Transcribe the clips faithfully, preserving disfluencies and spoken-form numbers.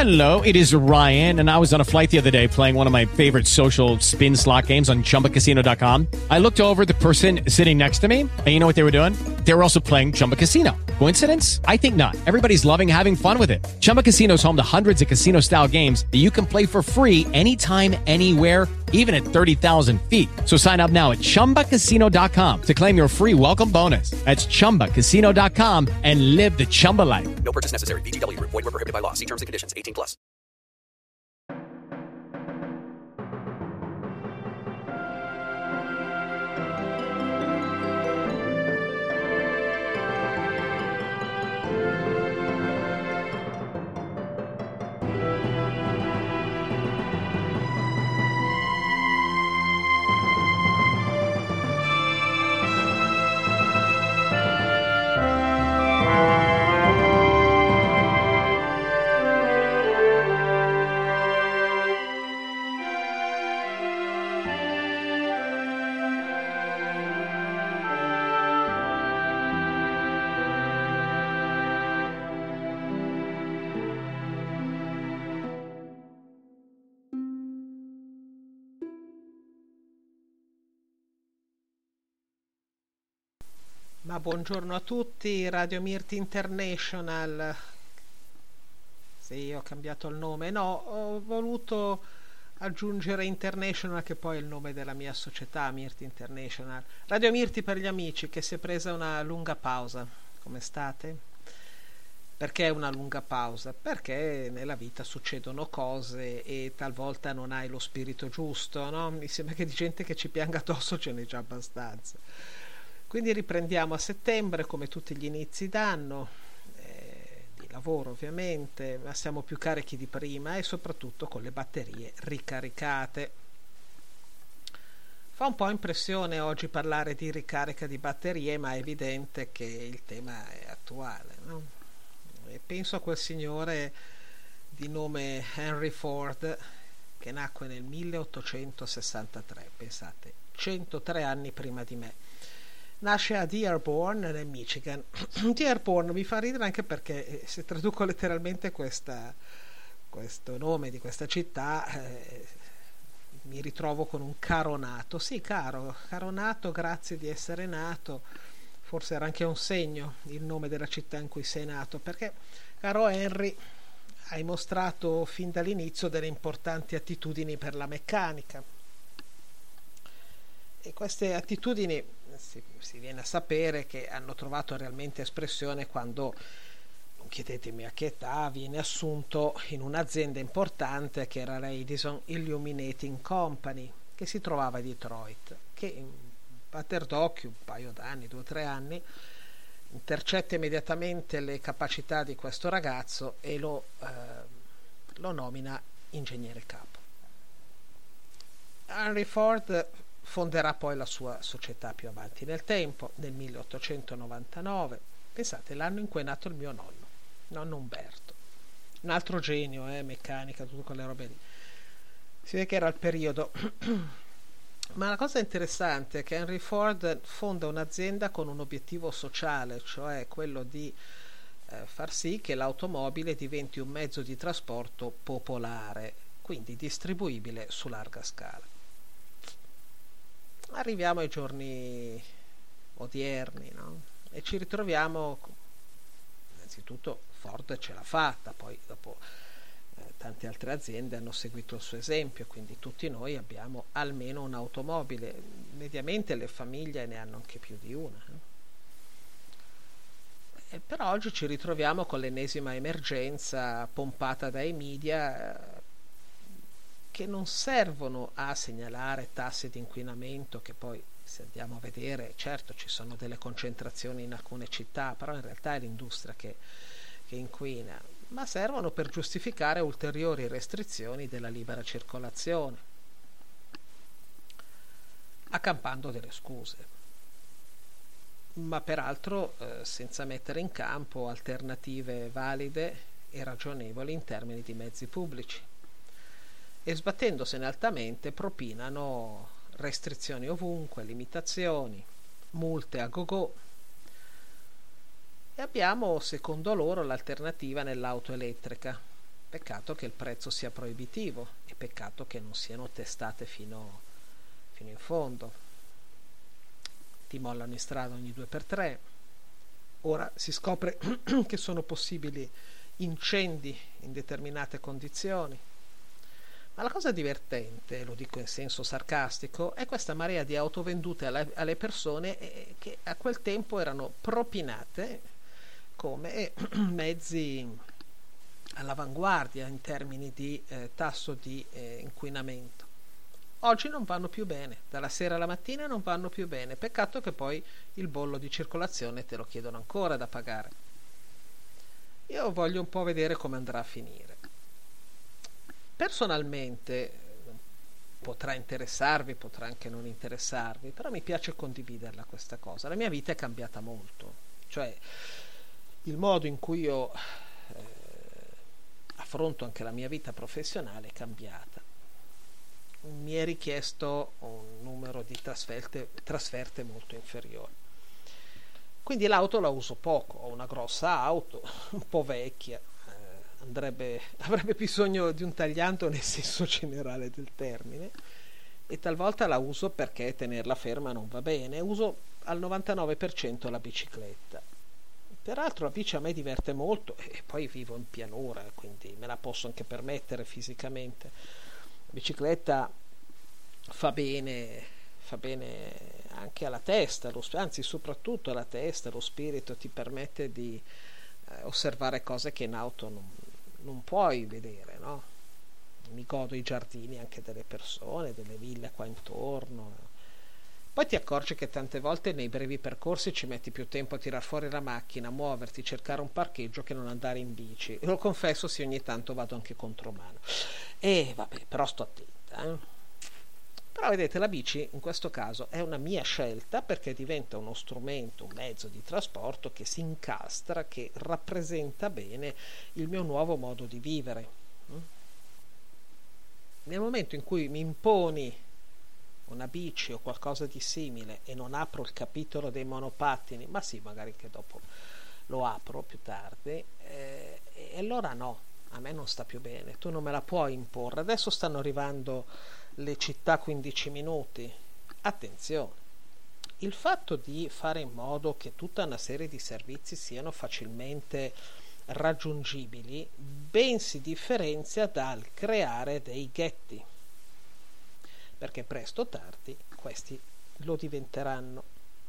Hello, it is Ryan, and I was on a flight the other day playing one of my favorite social spin slot games on Chumba Casino dot com. I looked over at the person sitting next to me, and you know what they were doing? They were also playing Chumba Casino. Coincidence? I think not. Everybody's loving having fun with it. Chumba Casino is home to hundreds of casino-style games that you can play for free anytime, anywhere, even at thirty thousand feet. So sign up now at Chumba Casino dot com to claim your free welcome bonus. That's Chumba Casino dot com and live the Chumba life. No purchase necessary. V G W. Void where prohibited by law. See terms and conditions. eighteen plus. Ma buongiorno a tutti, Radio Mirti International. Sì, ho cambiato il nome. No, ho voluto aggiungere International, che poi è il nome della mia società, Mirti International. Radio Mirti per gli amici, che si è presa una lunga pausa. Come state? Perché una lunga pausa? Perché nella vita succedono cose e talvolta non hai lo spirito giusto, no? Mi sembra che di gente che ci pianga addosso ce n'è già abbastanza. Quindi riprendiamo a settembre, come tutti gli inizi d'anno, eh, di lavoro ovviamente, ma siamo più carichi di prima e soprattutto con le batterie ricaricate. Fa un po' impressione oggi parlare di ricarica di batterie, ma è evidente che il tema è attuale, no? E penso a quel signore di nome Henry Ford, che nacque nel milleottocentosessantatré, pensate, centotré anni prima di me. Nasce a Dearborn nel Michigan. Dearborn mi fa ridere anche perché, se traduco letteralmente questa, questo nome di questa città, eh, mi ritrovo con un caro nato. Sì, caro, caro nato, grazie di essere nato. Forse era anche un segno il nome della città in cui sei nato, perché, caro Henry, hai mostrato fin dall'inizio delle importanti attitudini per la meccanica. E queste attitudini si, si viene a sapere che hanno trovato realmente espressione quando, non chiedetemi a che età, viene assunto in un'azienda importante che era la Edison Illuminating Company, che si trovava a Detroit, che in batter d'occhio, un paio d'anni, due o tre anni, intercetta immediatamente le capacità di questo ragazzo e lo, eh, lo nomina ingegnere capo. Henry Ford fonderà poi la sua società più avanti nel tempo, nel milleottocentonovantanove. Pensate, l'anno in cui è nato il mio nonno, nonno Umberto, un altro genio, eh, meccanica, tutte quelle robe lì. Si vede che era il periodo. Ma la cosa interessante è che Henry Ford fonda un'azienda con un obiettivo sociale, cioè quello di eh, far sì che l'automobile diventi un mezzo di trasporto popolare, quindi distribuibile su larga scala. Arriviamo ai giorni odierni, no? E ci ritroviamo, innanzitutto Ford ce l'ha fatta, poi dopo eh, tante altre aziende hanno seguito il suo esempio, quindi tutti noi abbiamo almeno un'automobile, mediamente le famiglie ne hanno anche più di una. Eh? E per oggi ci ritroviamo con l'ennesima emergenza pompata dai media, eh, che non servono a segnalare tassi di inquinamento, che poi, se andiamo a vedere, certo ci sono delle concentrazioni in alcune città, però in realtà è l'industria che, che inquina, ma servono per giustificare ulteriori restrizioni della libera circolazione, accampando delle scuse, ma peraltro eh, senza mettere in campo alternative valide e ragionevoli in termini di mezzi pubblici. E sbattendosene altamente propinano restrizioni ovunque, limitazioni, multe a go-go. E abbiamo, secondo loro, l'alternativa nell'auto elettrica, Peccato che il prezzo sia proibitivo e peccato che non siano testate fino, fino in fondo. Ti mollano in strada ogni due per tre. Ora si scopre che sono possibili incendi in determinate condizioni. Ma la cosa divertente, lo dico in senso sarcastico, è questa marea di auto vendute alle, alle persone eh, che a quel tempo erano propinate come mezzi all'avanguardia in termini di eh, tasso di eh, inquinamento. Oggi non vanno più bene, dalla sera alla mattina non vanno più bene. Peccato che poi il bollo di circolazione te lo chiedono ancora da pagare. Io voglio un po' vedere come andrà a finire. Personalmente potrà interessarvi, potrà anche non interessarvi, però mi piace condividerla questa cosa. La mia vita è cambiata molto, cioè il modo in cui io affronto anche la mia vita professionale è cambiata. Mi è richiesto un numero di trasferte, trasferte molto inferiore. Quindi l'auto la uso poco, ho una grossa auto, un po' vecchia, eh, andrebbe, avrebbe bisogno di un tagliando nel senso generale del termine, e talvolta la uso perché tenerla ferma non va bene. Uso al novantanove per cento la bicicletta. Peraltro la bici a me diverte molto e poi vivo in pianura, quindi me la posso anche permettere fisicamente. La bicicletta fa bene, fa bene anche alla testa, lo, anzi soprattutto alla testa, lo spirito, ti permette di eh, osservare cose che in auto non, non puoi vedere, no? Mi godo i giardini anche delle persone, delle ville qua intorno. Poi ti accorgi che tante volte nei brevi percorsi ci metti più tempo a tirar fuori la macchina, a muoverti, cercare un parcheggio che non andare in bici. Lo confesso, se ogni tanto vado anche contromano. E vabbè, però sto attenta. Eh? Però vedete, la bici in questo caso è una mia scelta perché diventa uno strumento, un mezzo di trasporto che si incastra, che rappresenta bene il mio nuovo modo di vivere. Nel momento in cui mi imponi una bici o qualcosa di simile e non apro il capitolo dei monopattini, ma sì, magari che dopo lo apro più tardi, eh, e allora no, a me non sta più bene, tu non me la puoi imporre. Adesso stanno arrivando le città quindici minuti. Attenzione, il fatto di fare in modo che tutta una serie di servizi siano facilmente raggiungibili ben si differenzia dal creare dei ghetti, perché presto o tardi questi lo diventeranno.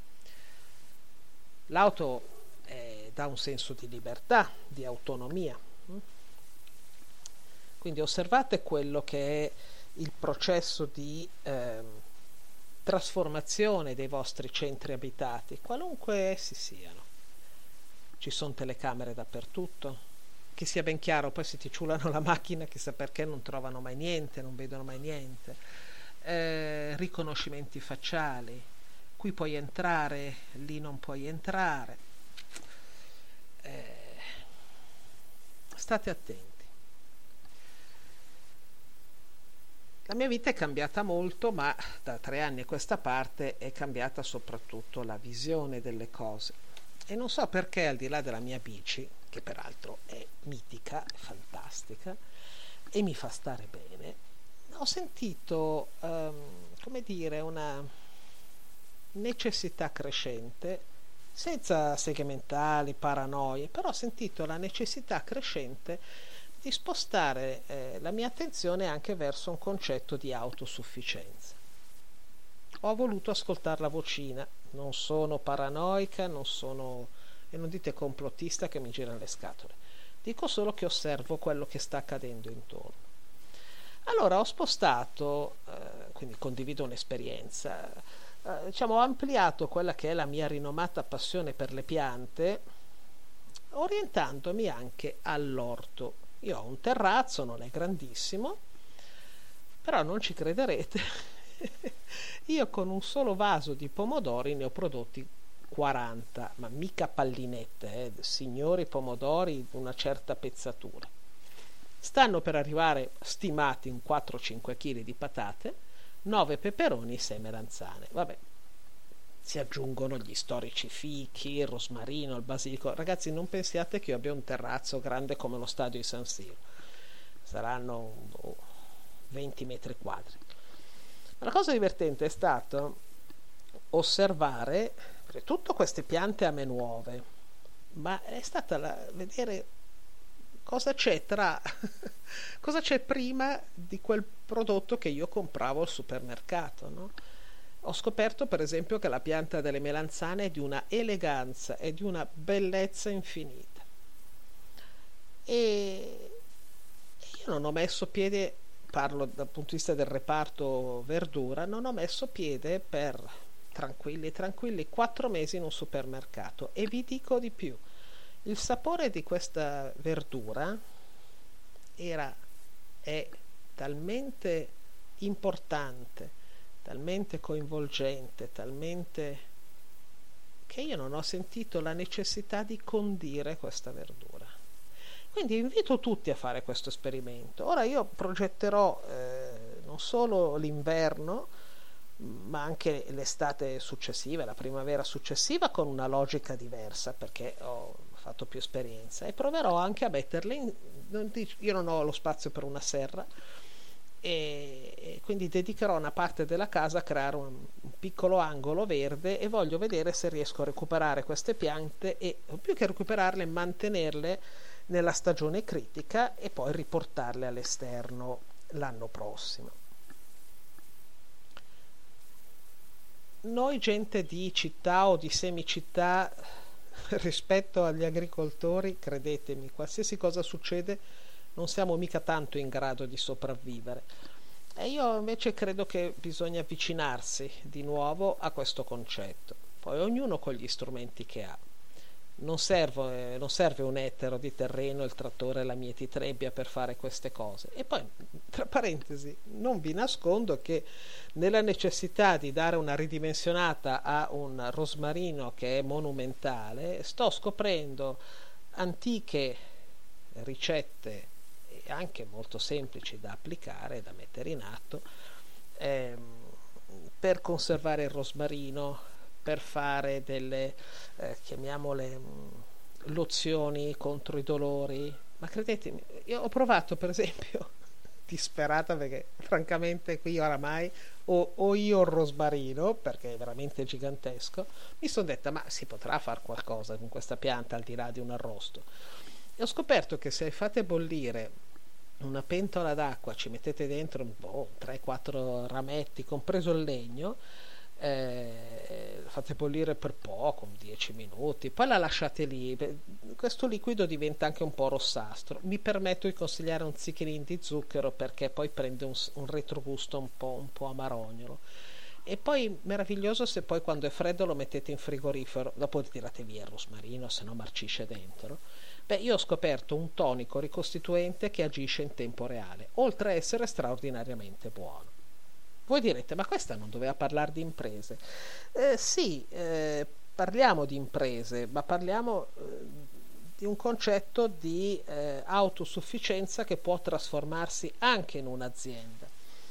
L'auto eh, dà un senso di libertà, di autonomia. Quindi osservate quello che è il processo di eh, trasformazione dei vostri centri abitati, qualunque essi siano. Ci sono telecamere dappertutto, che sia ben chiaro, poi se ti ciulano la macchina chissà perché non trovano mai niente, non vedono mai niente. Eh, riconoscimenti facciali, qui puoi entrare, lì non puoi entrare. Eh, state attenti. La mia vita è cambiata molto, ma da tre anni a questa parte è cambiata soprattutto la visione delle cose. E non so perché, al di là della mia bici, che peraltro è mitica, fantastica e mi fa stare bene, ho sentito, um, come dire, una necessità crescente, senza seghe mentali, paranoie, però ho sentito la necessità crescente di spostare eh, la mia attenzione anche verso un concetto di autosufficienza. Ho voluto ascoltare la vocina, non sono paranoica, non sono, e non dite complottista che mi girano le scatole, dico solo che osservo quello che sta accadendo intorno. Allora ho spostato, eh, quindi condivido un'esperienza, eh, diciamo ho ampliato quella che è la mia rinomata passione per le piante, orientandomi anche all'orto. Io ho un terrazzo, non è grandissimo, però non ci crederete, io con un solo vaso di pomodori ne ho prodotti quaranta, ma mica pallinette, eh, signori pomodori di una certa pezzatura. Stanno per arrivare stimati in quattro cinque chili di patate, nove peperoni e sei melanzane. Vabbè, si aggiungono gli storici fichi, il rosmarino, il basilico. Ragazzi, non pensiate che io abbia un terrazzo grande come lo stadio di San Siro. saranno boh, venti metri quadri. Ma la cosa divertente è stato osservare tutte queste piante a me nuove, ma è stata la, vedere cosa c'è tra cosa c'è prima di quel prodotto che io compravo al supermercato, no? Ho scoperto per esempio che la pianta delle melanzane è di una eleganza e di una bellezza infinita, e io non ho messo piede, parlo dal punto di vista del reparto verdura, non ho messo piede per tranquilli tranquilli quattro mesi in un supermercato, e vi dico di più, il sapore di questa verdura era è talmente importante, talmente coinvolgente, talmente che io non ho sentito la necessità di condire questa verdura. Quindi invito tutti a fare questo esperimento. Ora io progetterò eh, non solo l'inverno, ma anche l'estate successiva, la primavera successiva, con una logica diversa, perché ho fatto più esperienza, e proverò anche a metterle in, io non ho lo spazio per una serra, e, e quindi dedicherò una parte della casa a creare un, un piccolo angolo verde, e voglio vedere se riesco a recuperare queste piante, e più che recuperarle, mantenerle nella stagione critica e poi riportarle all'esterno l'anno prossimo. Noi gente di città o di semicittà, rispetto agli agricoltori, credetemi, qualsiasi cosa succede non siamo mica tanto in grado di sopravvivere, e io invece credo che bisogna avvicinarsi di nuovo a questo concetto, poi ognuno con gli strumenti che ha. Non serve, non serve un ettaro di terreno, il trattore e la mietitrebbia per fare queste cose. E poi, tra parentesi, non vi nascondo che nella necessità di dare una ridimensionata a un rosmarino che è monumentale, sto scoprendo antiche ricette, anche molto semplici da applicare, da mettere in atto, ehm, per conservare il rosmarino, per fare delle, eh, chiamiamole, mh, lozioni contro i dolori. Ma credetemi, io ho provato per esempio, disperata, perché francamente qui oramai o, o io il rosmarino, perché è veramente gigantesco, mi sono detta ma si potrà fare qualcosa con questa pianta al di là di un arrosto, e ho scoperto che se fate bollire una pentola d'acqua, ci mettete dentro boh, tre quattro rametti, compreso il legno, eh, fate bollire per poco, dieci minuti, poi la lasciate lì, questo liquido diventa anche un po' rossastro. Mi permetto di consigliare un ziccherin di zucchero, perché poi prende un, un retrogusto un po', un po' amarognolo, e poi meraviglioso se poi quando è freddo lo mettete in frigorifero, dopo tirate via il rosmarino, se no marcisce dentro. Beh, io ho scoperto un tonico ricostituente che agisce in tempo reale, oltre a essere straordinariamente buono. Voi direte, ma questa non doveva parlare di imprese? Eh, sì, eh, parliamo di imprese, ma parliamo eh, di un concetto di eh, autosufficienza che può trasformarsi anche in un'azienda.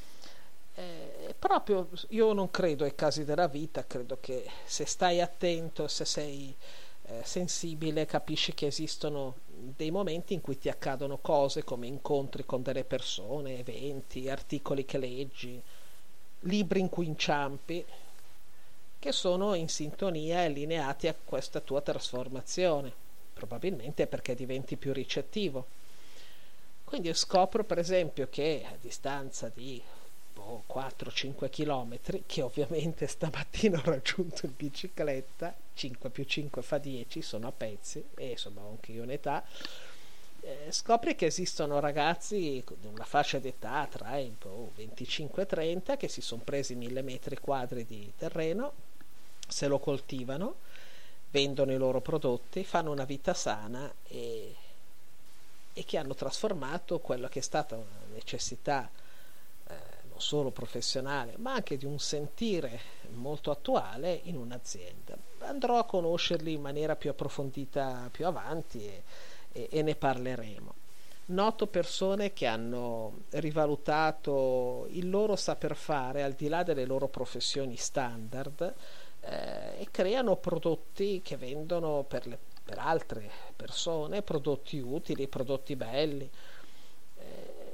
Eh, proprio io non credo ai casi della vita, credo che se stai attento, se sei eh, sensibile, capisci che esistono dei momenti in cui ti accadono cose, come incontri con delle persone, eventi, articoli che leggi, libri in cui inciampi, che sono in sintonia e allineati a questa tua trasformazione, probabilmente perché diventi più ricettivo. Quindi scopro per esempio che a distanza di boh, quattro cinque chilometri, che ovviamente stamattina ho raggiunto in bicicletta, cinque più cinque fa dieci, sono a pezzi, e insomma ho anche io un'età, eh, scopri che esistono ragazzi di una fascia d'età tra i boh, venticinque e trenta che si sono presi mille metri quadri di terreno, se lo coltivano, vendono i loro prodotti, fanno una vita sana, e, e che hanno trasformato quello che è stata una necessità eh, non solo professionale ma anche di un sentire molto attuale in un'azienda. Andrò a conoscerli in maniera più approfondita più avanti, e E, e ne parleremo. Noto persone che hanno rivalutato il loro saper fare al di là delle loro professioni standard, eh, e creano prodotti che vendono per, le, per altre persone, prodotti utili, prodotti belli. Eh,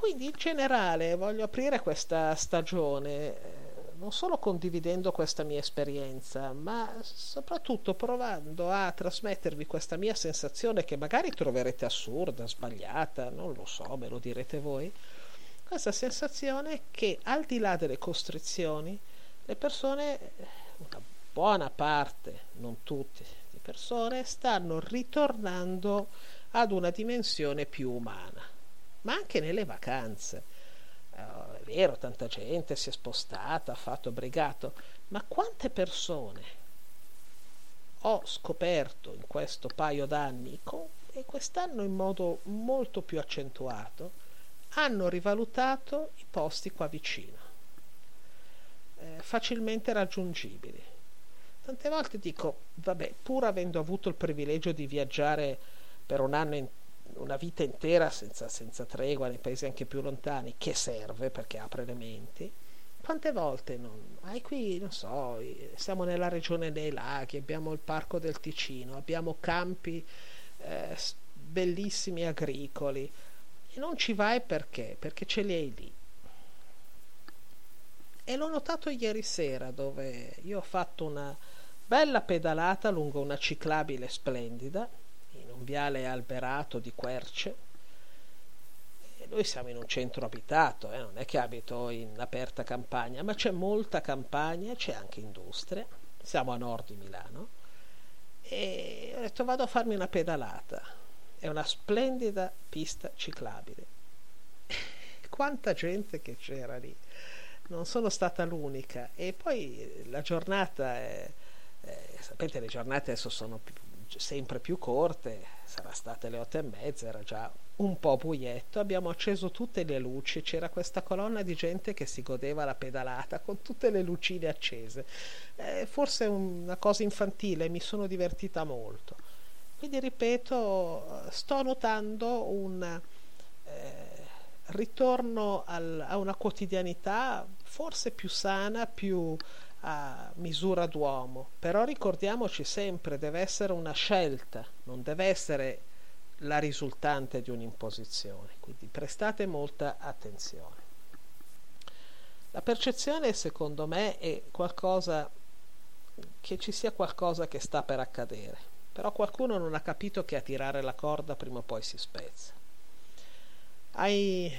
quindi in generale voglio aprire questa stagione eh, non solo condividendo questa mia esperienza, ma soprattutto provando a trasmettervi questa mia sensazione, che magari troverete assurda, sbagliata, non lo so, me lo direte voi, questa sensazione che al di là delle costrizioni le persone, una buona parte, non tutte, di persone stanno ritornando ad una dimensione più umana, ma anche nelle vacanze. Uh, è vero, tanta gente si è spostata, ha fatto brigato, ma quante persone ho scoperto in questo paio d'anni, con, e quest'anno in modo molto più accentuato, hanno rivalutato i posti qua vicino, eh, facilmente raggiungibili. Tante volte dico, vabbè, pur avendo avuto il privilegio di viaggiare per un anno in, una vita intera senza, senza tregua nei paesi anche più lontani, che serve perché apre le menti, quante volte non hai qui, non so, siamo nella regione dei laghi, abbiamo il parco del Ticino, abbiamo campi eh, bellissimi agricoli, e non ci vai perché? Perché ce li hai lì. E l'ho notato ieri sera, dove io ho fatto una bella pedalata lungo una ciclabile splendida in un viale alberato di querce, e noi siamo in un centro abitato, eh? Non è che abito in aperta campagna, ma c'è molta campagna, c'è anche industria, siamo a nord di Milano, e ho detto vado a farmi una pedalata. È una splendida pista ciclabile. Quanta gente che c'era lì, non sono stata l'unica. E poi la giornata è, è, sapete, le giornate adesso sono più, sempre più corte, sarà state le otto e mezza, era già un po' buietto, abbiamo acceso tutte le luci, c'era questa colonna di gente che si godeva la pedalata con tutte le lucine accese, eh, forse una cosa infantile, mi sono divertita molto. Quindi ripeto, sto notando un eh, ritorno al, a una quotidianità forse più sana, più a misura d'uomo, però ricordiamoci sempre, deve essere una scelta, non deve essere la risultante di un'imposizione, quindi prestate molta attenzione. La percezione, secondo me, è qualcosa, che ci sia qualcosa che sta per accadere, però qualcuno non ha capito che a tirare la corda prima o poi si spezza. Hai,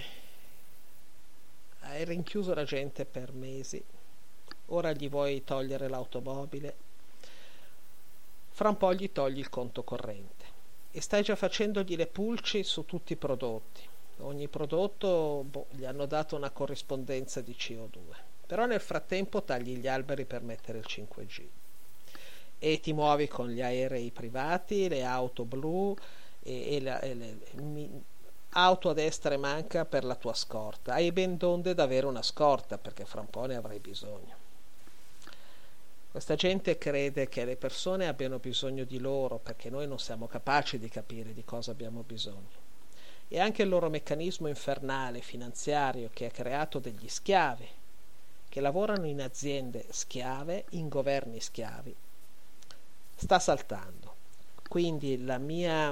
hai rinchiuso la gente per mesi, ora gli vuoi togliere l'automobile, fra un po' gli togli il conto corrente e stai già facendogli le pulci su tutti i prodotti. Ogni prodotto, boh, gli hanno dato una corrispondenza di C O due, però nel frattempo tagli gli alberi per mettere il cinque G e ti muovi con gli aerei privati, le auto blu e, e, la, e le mi, auto a destra e manca per la tua scorta. Hai ben donde da avere una scorta, perché fra un po' ne avrai bisogno. Questa gente crede che le persone abbiano bisogno di loro, perché noi non siamo capaci di capire di cosa abbiamo bisogno. E anche il loro meccanismo infernale finanziario, che ha creato degli schiavi che lavorano in aziende schiave, in governi schiavi, sta saltando. Quindi la mia,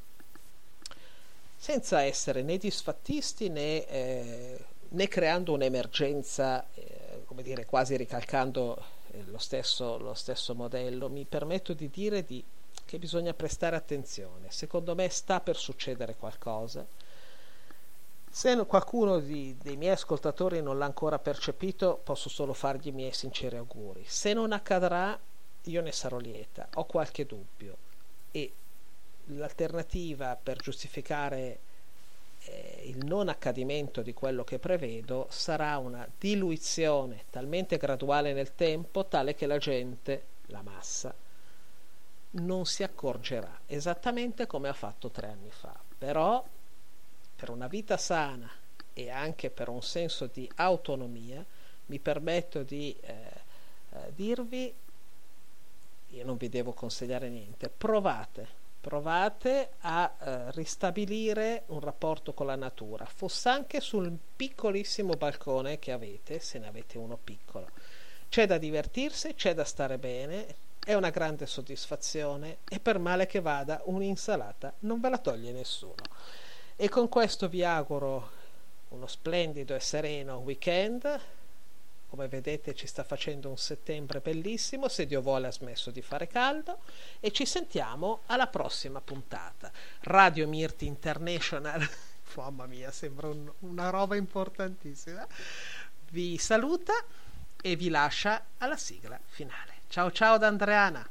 senza essere né disfattisti né, eh, né creando un'emergenza, eh, come dire, quasi ricalcando eh, lo stesso, lo stesso modello, mi permetto di dire di, che bisogna prestare attenzione. Secondo me sta per succedere qualcosa. Se qualcuno di, dei miei ascoltatori non l'ha ancora percepito, posso solo fargli i miei sinceri auguri. Se non accadrà, io ne sarò lieta, ho qualche dubbio, e l'alternativa per giustificare eh, il non accadimento di quello che prevedo sarà una diluizione talmente graduale nel tempo, tale che la gente, la massa, non si accorgerà, esattamente come ha fatto tre anni fa. Però per una vita sana e anche per un senso di autonomia mi permetto di eh, eh, dirvi, io non vi devo consigliare niente, provate, provate a eh, ristabilire un rapporto con la natura, fosse anche sul piccolissimo balcone che avete, se ne avete uno piccolo. C'è da divertirsi, c'è da stare bene, è una grande soddisfazione, e per male che vada un'insalata non ve la toglie nessuno. E con questo vi auguro uno splendido e sereno weekend. Come vedete ci sta facendo un settembre bellissimo, se Dio vuole ha smesso di fare caldo, e ci sentiamo alla prossima puntata. Radio Mirti International, mamma mia, sembra un, una roba importantissima, vi saluta e vi lascia alla sigla finale. Ciao ciao da Andreana.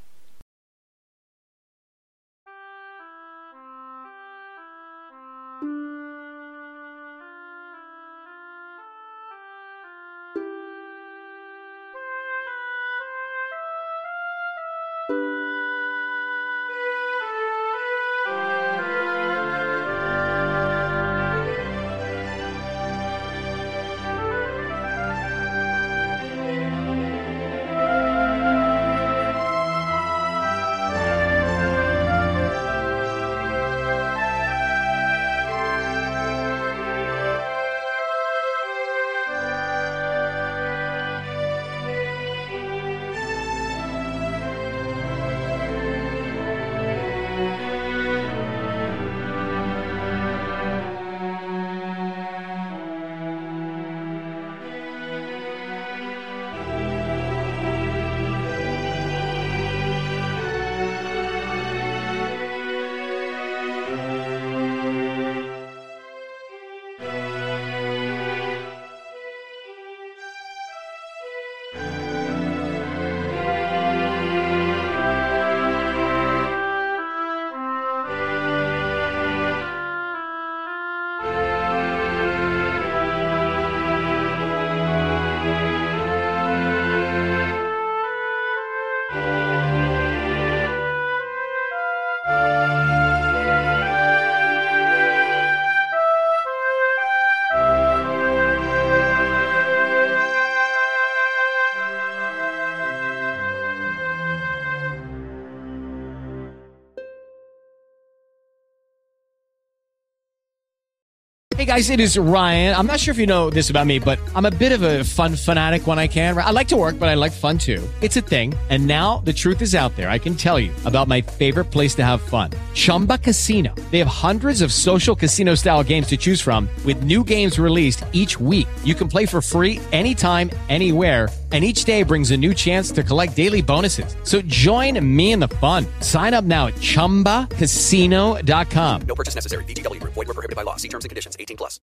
Hey guys, it is Ryan. I'm not sure if you know this about me, but I'm a bit of a fun fanatic when I can. I like to work, but I like fun too. It's a thing. And now the truth is out there. I can tell you about my favorite place to have fun. Chumba Casino. They have hundreds of social casino style games to choose from with new games released each week. You can play for free anytime, anywhere. And each day brings a new chance to collect daily bonuses. So join me in the fun. Sign up now at chumba casino dot com. No purchase necessary. V G W. Void where prohibited by law. See terms and conditions. eighteen plus.